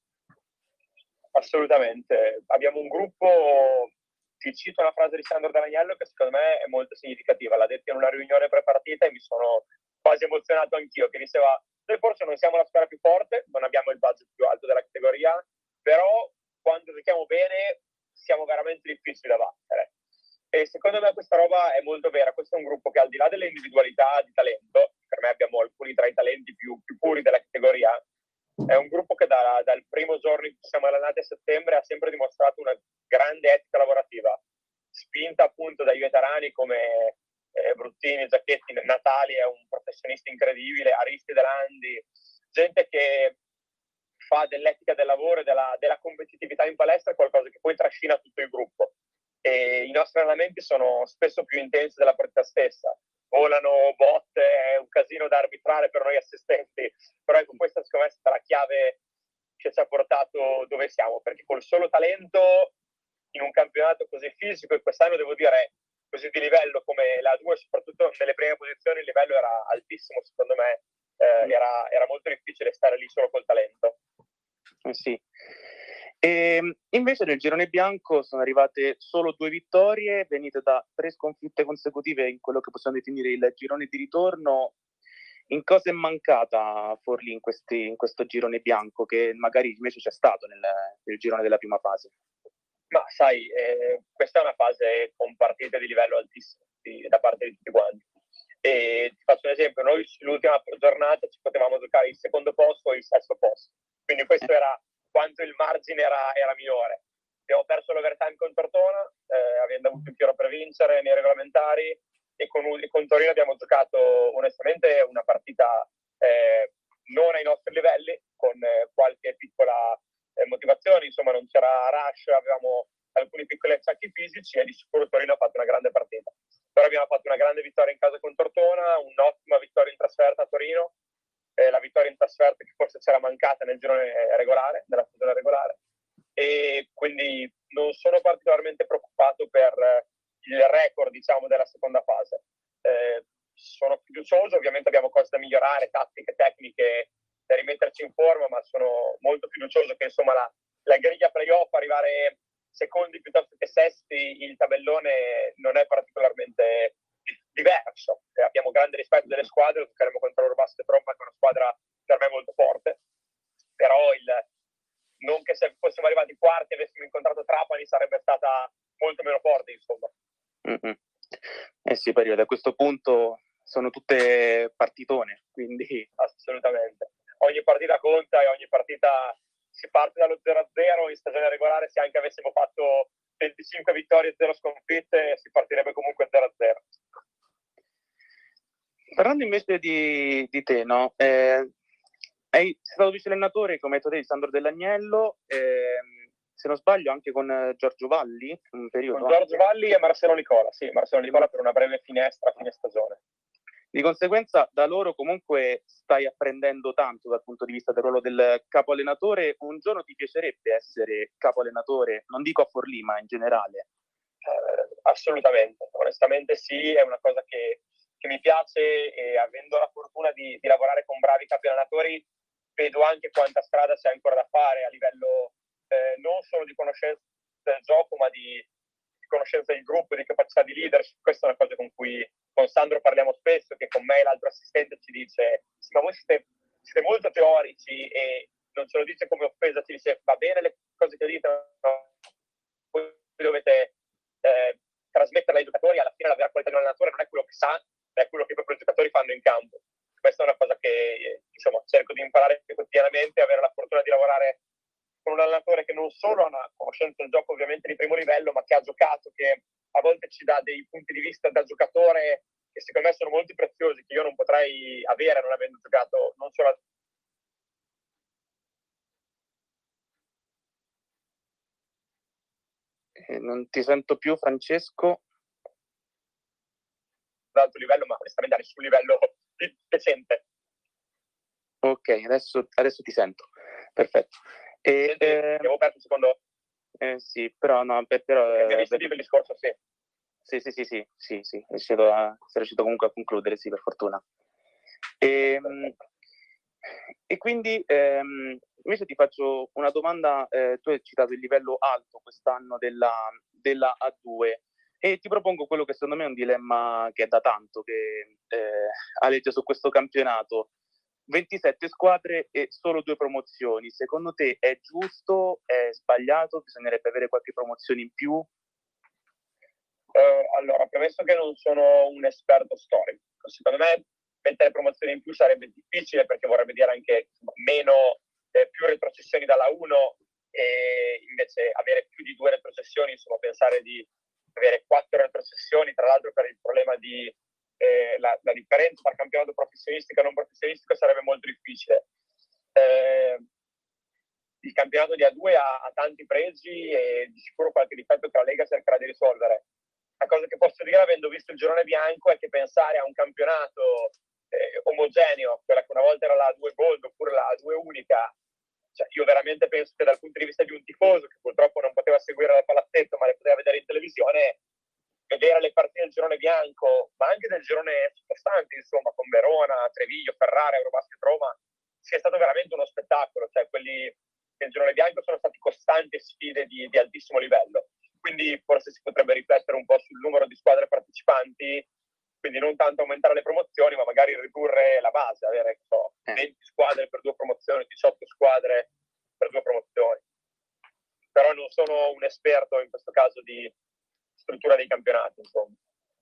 Assolutamente, abbiamo un gruppo, ti cito una frase di Sandro Dell'Agnello che secondo me è molto significativa, l'ha detta in una riunione prepartita e mi sono quasi emozionato anch'io, che diceva: noi forse non siamo la squadra più forte, non abbiamo il budget più alto della categoria, però quando giochiamo bene siamo veramente difficili da battere. E secondo me questa roba è molto vera. Questo è un gruppo che, al di là delle individualità di talento, per me abbiamo alcuni tra i talenti più, più puri della categoria, è un gruppo che da, dal primo giorno in cui siamo allenati a settembre ha sempre dimostrato una grande etica lavorativa, spinta appunto dai veterani come eh, Bruttini, Giacchetti. Natali è un professionista incredibile, Aristide Landi, gente che fa dell'etica del lavoro e della, della competitività in palestra qualcosa che poi trascina tutto il gruppo. E i nostri allenamenti sono spesso più intensi della partita stessa, volano botte, è un casino da arbitrare per noi assistenti, però ecco, questa secondo me è stata la chiave che ci ha portato dove siamo, perché col solo talento in un campionato così fisico, e quest'anno devo dire così di livello come la A due, soprattutto nelle prime posizioni il livello era altissimo, secondo me eh, era, era molto difficile stare lì solo col talento. Eh sì. E invece nel girone bianco sono arrivate solo due vittorie, venite da tre sconfitte consecutive in quello che possiamo definire il girone di ritorno. In cosa è mancata Forlì in, questi, in questo girone bianco, che magari invece c'è stato nel, nel girone della prima fase? Ma sai, eh, questa è una fase con partite di livello altissimo di, da parte di tutti quanti. E ti faccio un esempio: noi l'ultima giornata ci potevamo giocare il secondo posto o il sesto posto, quindi questo era quanto il margine era, era minore. Abbiamo perso l'overtime con Tortona, eh, avendo avuto il tiro per vincere nei regolamentari, e con, con Torino abbiamo giocato onestamente una partita eh, non ai nostri livelli, con eh, qualche piccola eh, motivazione, insomma non c'era rush, avevamo alcuni piccoli acciacchi fisici e di sicuro Torino ha fatto una grande partita. Però abbiamo fatto una grande vittoria in casa con Tortona, un'ottima vittoria in trasferta a Torino, eh, la vittoria in trasferta che forse c'era mancata nel girone regolare, nella stagione regolare, e quindi non sono particolarmente preoccupato per il record, diciamo, della seconda fase. Eh, sono fiducioso, ovviamente abbiamo cose da migliorare, tattiche, tecniche, da rimetterci in forma, ma sono molto fiducioso che insomma la, la griglia playoff, arrivare secondi piuttosto che sesti, il tabellone non è particolarmente diverso. Eh, abbiamo grande rispetto delle squadre, giocheremo contro l'Eurobasket Roma, che è una squadra per me molto forte, però il, non che se fossimo arrivati quarti e avessimo incontrato Trapani sarebbe stata molto meno forte, insomma. Mm-hmm. Eh sì, periodo, a questo punto sono tutte partitone, quindi assolutamente. Ogni partita conta e ogni partita si parte dallo zero a zero. In stagione regolare, se anche avessimo fatto venticinque vittorie e zero sconfitte, si partirebbe comunque zero a zero. Parlando invece di, di te, no? Eh, sei stato vice allenatore, come hai detto te, di Sandro Dell'Agnello, eh, se non sbaglio anche con Giorgio Valli, un periodo. Con Giorgio Valli e Marcelo Nicola, sì, Marcelo Nicola per una breve finestra a fine stagione. Di conseguenza da loro comunque stai apprendendo tanto dal punto di vista del ruolo del capo allenatore. Un giorno ti piacerebbe essere capo allenatore, non dico a Forlì, ma in generale? Eh, assolutamente, onestamente sì, è una cosa che, che mi piace, e avendo la fortuna di, di lavorare con bravi capi allenatori vedo anche quanta strada c'è ancora da fare a livello eh, non solo di conoscenza del gioco, ma di, di conoscenza del gruppo, di capacità di leadership. Questa è una cosa con cui con Sandro parliamo spesso, che con me e l'altro assistente ci dice: sì, ma voi siete, siete molto teorici, e non ce lo dice come offesa, ci dice: va bene le cose che dite, no? Voi dovete eh, trasmetterle ai giocatori. Alla fine la vera qualità di un allenatore non è quello che sa, ma è quello che proprio i giocatori fanno in campo. Questa è una cosa che insomma cerco di imparare quotidianamente, avere la fortuna di lavorare con un allenatore che non solo ha una conoscenza del gioco ovviamente di primo livello, ma che ha giocato, che a volte ci dà dei punti di vista da giocatore che secondo me sono molto preziosi, che io non potrei avere non avendo giocato non solo a eh, non ti sento più, Francesco. ad alto livello, ma onestamente a nessun livello decente. Ok, adesso, adesso ti sento. Perfetto. E, Senti, eh, avevo perso un secondo. Eh, sì, però no, per, però, Eh, mi hai visto per... il discorso, sì. Sì, sì, sì, sì, sì, sì, è riuscito, a, sei riuscito comunque a concludere, sì, per fortuna. E, e quindi ehm, invece ti faccio una domanda, eh, tu hai citato il livello alto quest'anno della, della A due, e ti propongo quello che secondo me è un dilemma che è da tanto che eh, aleggia su questo campionato. ventisette squadre e solo due promozioni. Secondo te è giusto? È sbagliato? Bisognerebbe avere qualche promozione in più? Uh, allora, premesso che non sono un esperto storico, secondo me mettere promozioni in più sarebbe difficile, perché vorrebbe dire anche insomma, meno, eh, più retrocessioni dalla uno, e invece avere più di due retrocessioni, insomma pensare di avere quattro retrocessioni, tra l'altro per il problema di eh, la, la differenza tra campionato professionistico e non professionistico sarebbe molto difficile. Eh, il campionato di A due ha, ha tanti pregi e di sicuro qualche difetto che la Lega cercherà di risolvere. La cosa che posso dire, avendo visto il girone bianco, è che pensare a un campionato eh, omogeneo, quella che una volta era la A due Gold oppure la A due unica, cioè io veramente penso che dal punto di vista di un tifoso che purtroppo non poteva seguire la palazzetto ma le poteva vedere in televisione, vedere le partite del girone bianco, ma anche del girone sottostante, insomma, con Verona, Treviglio, Ferrara, Eurobasket Roma, sia stato veramente uno spettacolo. Cioè quelli del girone bianco sono stati costanti sfide di, di altissimo livello. Quindi forse si potrebbe riflettere un po' sul numero di squadre partecipanti, quindi non tanto aumentare le promozioni, ma magari ridurre la base, avere so, venti squadre per due promozioni, diciotto squadre per due promozioni. Però non sono un esperto in questo caso di struttura dei campionati, insomma.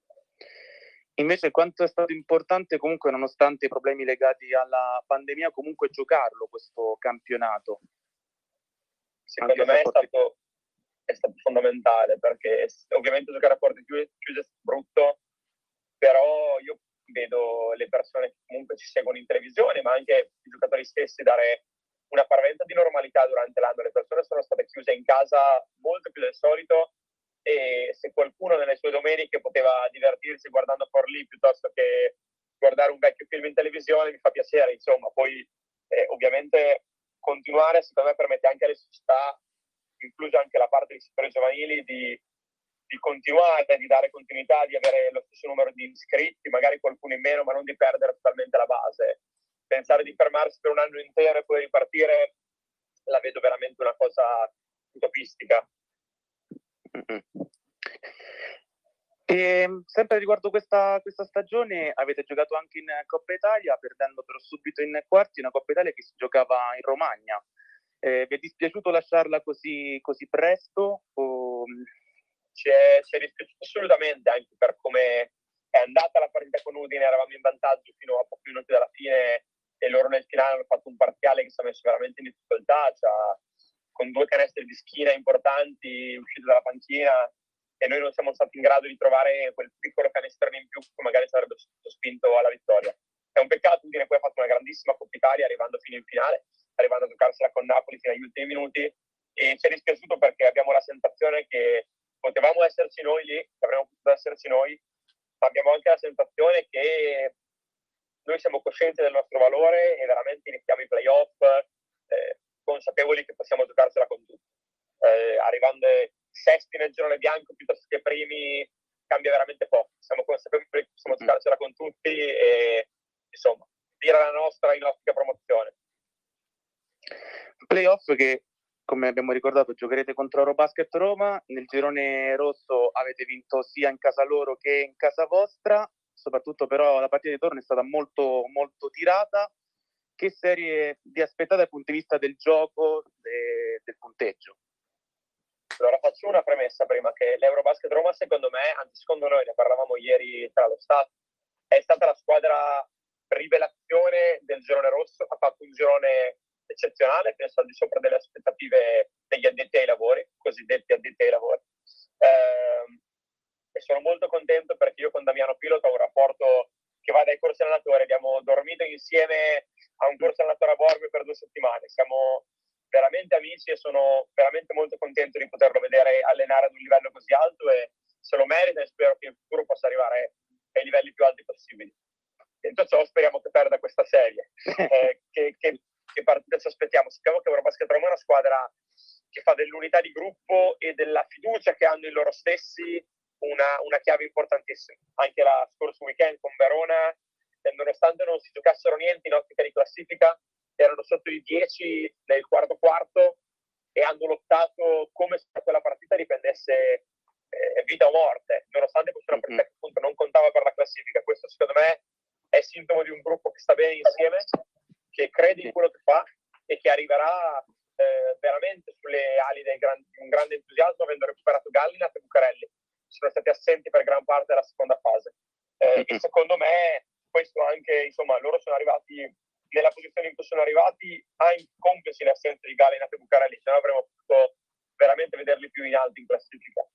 Invece quanto è stato importante comunque, nonostante i problemi legati alla pandemia, comunque giocarlo questo campionato? Secondo me è stato, è stato fondamentale, perché ovviamente giocare a porte chiuse è brutto, però io vedo le persone che comunque ci seguono in televisione, ma anche i giocatori stessi dare una parvenza di normalità durante l'anno. Le persone sono state chiuse in casa molto più del solito, e se qualcuno nelle sue domeniche poteva divertirsi guardando Forlì piuttosto che guardare un vecchio film in televisione, mi fa piacere. Insomma, poi eh, ovviamente continuare, secondo me, permette anche alle società, incluso anche la parte dei settori giovanili, di, di continuare, di dare continuità, di avere lo stesso numero di iscritti, magari qualcuno in meno, ma non di perdere totalmente la base. Pensare di fermarsi per un anno intero e poi ripartire la vedo veramente una cosa utopistica. Mm-hmm. E sempre riguardo questa, questa stagione, avete giocato anche in Coppa Italia, perdendo però subito in quarti una Coppa Italia che si giocava in Romagna. Eh, vi è dispiaciuto lasciarla così, così presto? O... Ci è, ci è dispiaciuto assolutamente, anche per come è andata la partita con Udine. Eravamo in vantaggio fino a pochi minuti dalla fine e loro nel finale hanno fatto un parziale che ci ha messo veramente in difficoltà, cioè, con due canestri di schiena importanti usciti dalla panchina, e noi non siamo stati in grado di trovare quel piccolo canestrino in più che magari ci avrebbe spinto alla vittoria. È un peccato. Udine poi ha fatto una grandissima Coppa Italia, arrivando fino in finale, arrivando a giocarsela con Napoli fino agli ultimi minuti, e ci è dispiaciuto perché abbiamo la sensazione che potevamo esserci noi lì, che avremmo potuto esserci noi, ma abbiamo anche la sensazione che noi siamo coscienti del nostro valore e veramente iniziamo i playoff eh, consapevoli che possiamo giocarsela con tutti. Eh, arrivando sesti nel girone bianco piuttosto che primi cambia veramente poco. Siamo consapevoli che possiamo giocarsela con tutti e, insomma, dire la nostra in ottica promozione. Playoff che, come abbiamo ricordato, giocherete contro Eurobasket Roma. Nel girone rosso avete vinto sia in casa loro che in casa vostra, soprattutto però la partita di torno è stata molto, molto tirata. Che serie vi aspettate dal punto di vista del gioco e del punteggio? Allora, faccio una premessa prima, che l'Eurobasket Roma, secondo me, anzi secondo noi, ne parlavamo ieri tra lo staff, è stata la squadra rivelazione del girone rosso. Ha fatto un girone eccezionale, penso al di sopra delle aspettative degli addetti ai lavori, cosiddetti addetti ai lavori. Eh, e sono molto contento perché io con Damiano Pilota ho un rapporto che va dai corsi allenatore. Abbiamo dormito insieme a un corso allenatore a Bormio per due settimane. Siamo veramente amici e sono veramente molto contento di poterlo vedere allenare ad un livello così alto, e se lo merita, e spero che in futuro possa arrivare ai livelli più alti possibili. Detto ciò, speriamo che perda questa serie. Eh, che, che, che partita ci aspettiamo? Sappiamo che Eurobasket Roma è una squadra che fa dell'unità di gruppo e della fiducia che hanno in loro stessi una, una chiave importantissima. Anche la scorso weekend con Verona, nonostante non si giocassero niente in ottica di classifica, erano sotto i dieci nel quarto quarto e hanno lottato come se quella partita dipendesse eh, vita o morte, nonostante fosse una partita che appunto non contava per la classifica. Questo secondo me è sintomo di un gruppo che sta bene insieme, che crede in quello che fa e che arriverà eh, veramente sulle ali del gran, di un grande entusiasmo, avendo recuperato Gallinat e Bucarelli. Sono stati assenti per gran parte della seconda fase. Eh, e secondo me questo anche, insomma, loro sono arrivati nella posizione in cui sono arrivati, anche complici le assenze di Gallinat e Bucarelli, se no avremmo potuto veramente vederli più in alto in classifica.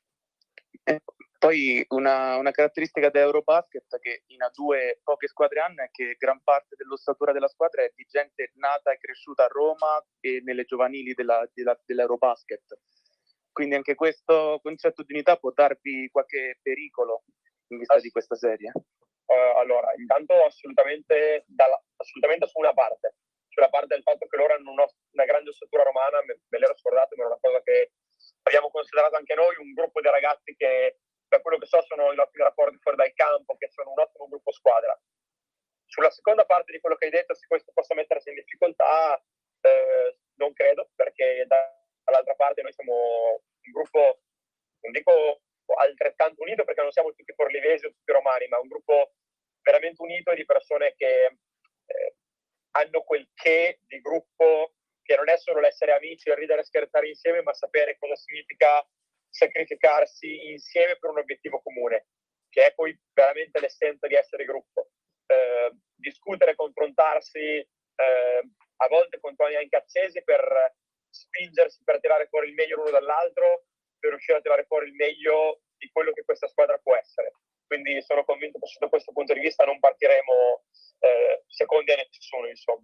Eh, poi una, una caratteristica dell'Eurobasket che in A due poche squadre hanno è che gran parte dell'ossatura della squadra è di gente nata e cresciuta a Roma e nelle giovanili della, della, dell'Eurobasket. Quindi anche questo concetto di unità può darvi qualche pericolo in vista Ass- di questa serie? Uh, allora, intanto assolutamente, dalla, assolutamente su una parte, sulla parte del fatto che loro hanno uno, una grande ossatura romana, me, me l'ero scordato, ma è una cosa che abbiamo considerato anche noi, un gruppo di ragazzi che, per quello che so, sono in ottimi rapporti fuori dal campo, che sono un ottimo gruppo squadra. Sulla seconda parte di quello che hai detto, se questo possa mettersi in difficoltà, eh, non credo, perché da, dall'altra parte noi siamo un gruppo, non dico altrettanto unito perché non siamo tutti forlivesi o tutti romani, ma un gruppo veramente unito di persone che eh, hanno quel che di gruppo, che non è solo l'essere amici, il ridere e scherzare insieme, ma sapere cosa significa sacrificarsi insieme per un obiettivo comune, che è poi veramente l'essenza di essere gruppo. Eh, discutere, confrontarsi, eh, a volte con toni anche accesi, per spingersi, per tirare fuori il meglio l'uno dall'altro, per riuscire a tirare fuori il meglio di quello che questa squadra può essere. quindi sono convinto che sotto questo punto di vista non partiremo eh, secondi a nessuno, insomma.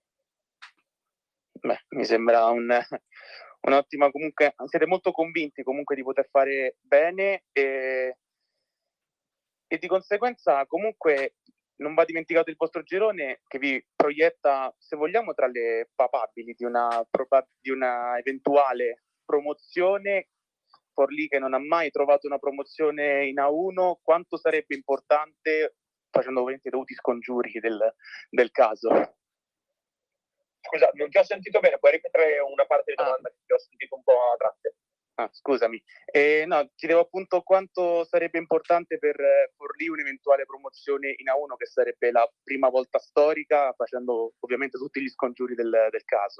Beh, mi sembra un, un'ottima, comunque, siete molto convinti comunque di poter fare bene e, e di conseguenza comunque non va dimenticato il vostro girone che vi proietta, se vogliamo, tra le papabili di una, di una eventuale promozione. Forlì che non ha mai trovato una promozione in A uno, quanto sarebbe importante, facendo ovviamente i dovuti scongiuri del, del caso? Scusa, non ti ho sentito bene, puoi ripetere una parte di domanda ah. che ti ho sentito un po' a tratti? Ah, scusami. Eh, no, chiedevo appunto quanto sarebbe importante per Forlì un'eventuale promozione in A uno, che sarebbe la prima volta storica, facendo ovviamente tutti gli scongiuri del, del caso.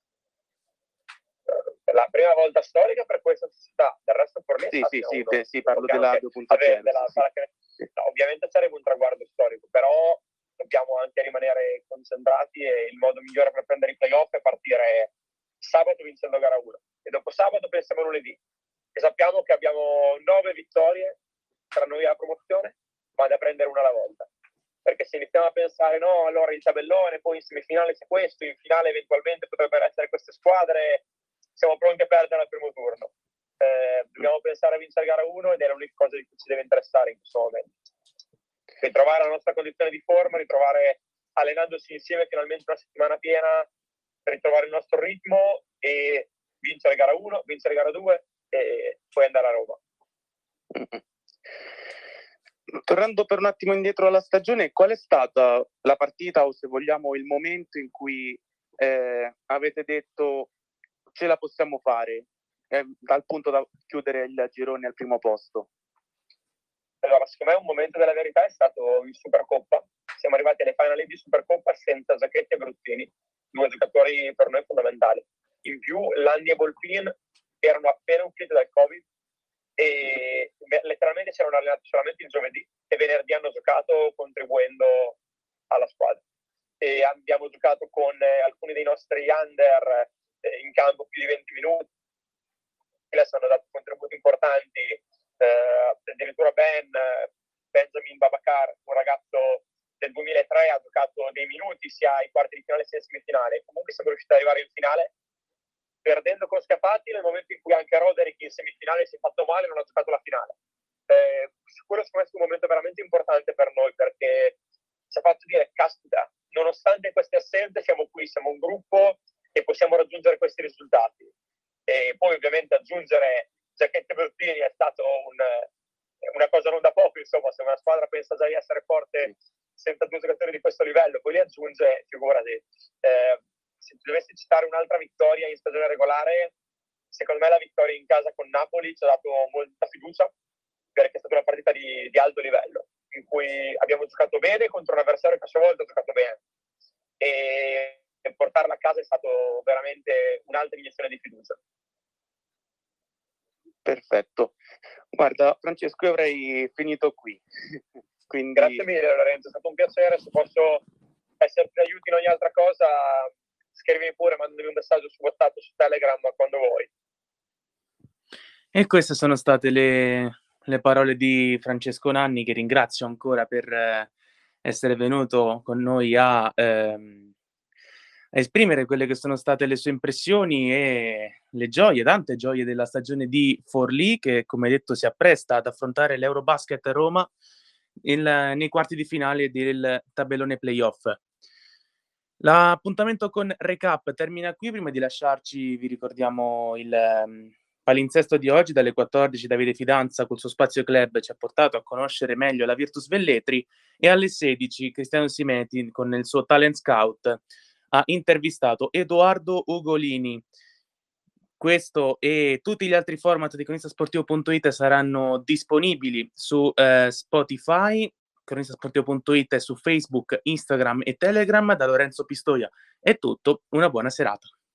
La prima volta storica per questa società, del resto Forlì sì, sì, sì, te, sì, parlo okay, della okay. due punto zero. Sì, sì. No, ovviamente sarebbe un traguardo storico, però dobbiamo anche rimanere concentrati e il modo migliore per prendere i playoff è partire sabato vincendo gara uno e dopo sabato pensiamo lunedì e sappiamo che abbiamo nove vittorie tra noi alla promozione, ma da prendere una alla volta, perché se iniziamo a pensare no, allora il tabellone, poi in semifinale c'è questo, in finale eventualmente potrebbero essere queste squadre, siamo pronti a perdere al primo turno. Eh, dobbiamo pensare a vincere gara uno ed è l'unica cosa di cui ci deve interessare in questo momento. Ritrovare la nostra condizione di forma, ritrovare allenandosi insieme finalmente una settimana piena, ritrovare il nostro ritmo e vincere gara uno, vincere gara due e poi andare a Roma. Tornando per un attimo indietro alla stagione, qual è stata la partita o se vogliamo il momento in cui eh, avete detto ce la possiamo fare, eh, dal punto da chiudere il girone al primo posto? Allora, secondo me un momento della verità è stato in Supercoppa. Siamo arrivati alle finali di Supercoppa senza Zacchetti e Bruzzini, due giocatori per noi fondamentali. In più, Landi e Volpin erano appena usciti dal Covid e letteralmente si erano allenati solamente il giovedì e venerdì hanno giocato contribuendo alla squadra. E abbiamo giocato con eh, alcuni dei nostri under eh, in campo più di venti minuti. Hanno dato contributi importanti. Uh, addirittura Ben, Benjamin Babacar, un ragazzo del duemilatré, ha giocato dei minuti sia ai quarti di finale sia in semifinale. Comunque siamo riusciti ad arrivare in finale perdendo con Scafati nel momento in cui anche Roderick in semifinale si è fatto male e non ha giocato la finale. Eh, quello è stato un momento veramente importante per noi, perché ci ha fatto dire caspita, nonostante queste assenze siamo qui, siamo un gruppo e possiamo raggiungere questi risultati. E poi ovviamente aggiungere Zacchetti e Bertini è stato un, una cosa non da poco, insomma, se una squadra pensa già di essere forte senza due giocatori di questo livello, poi li aggiunge, figurati. Eh, se dovessi citare un'altra vittoria in stagione regolare, secondo me la vittoria in casa con Napoli ci ha dato molta fiducia, perché è stata una partita di, di alto livello, in cui abbiamo giocato bene contro un avversario che a sua volta ha giocato bene. E, e portarla a casa è stato veramente un'altra iniezione di fiducia. Perfetto. Guarda, Francesco, io avrei finito qui. Quindi... Grazie mille, Lorenzo, è stato un piacere. Se posso esserti d'aiuto in ogni altra cosa, scrivimi pure, mandami un messaggio su WhatsApp o su Telegram quando vuoi. E queste sono state le, le parole di Francesco Nanni, che ringrazio ancora per eh, essere venuto con noi a... Ehm, a esprimere quelle che sono state le sue impressioni e le gioie, tante gioie della stagione di Forlì, che come detto si appresta ad affrontare l'Eurobasket Roma il, nei quarti di finale del tabellone playoff. L'appuntamento con Recap termina qui. Prima di lasciarci vi ricordiamo il um, palinsesto di oggi. Dalle quattordici Davide Fidanza col suo Spazio Club ci ha portato a conoscere meglio la Virtus Velletri e alle sedici Cristiano Simeti con il suo Talent Scout ha intervistato Edoardo Ugolini. Questo e tutti gli altri format di cronistasportivo punto it saranno disponibili su eh, Spotify, cronistasportivo punto it, su Facebook, Instagram e Telegram. Da Lorenzo Pistoia è tutto, una buona serata.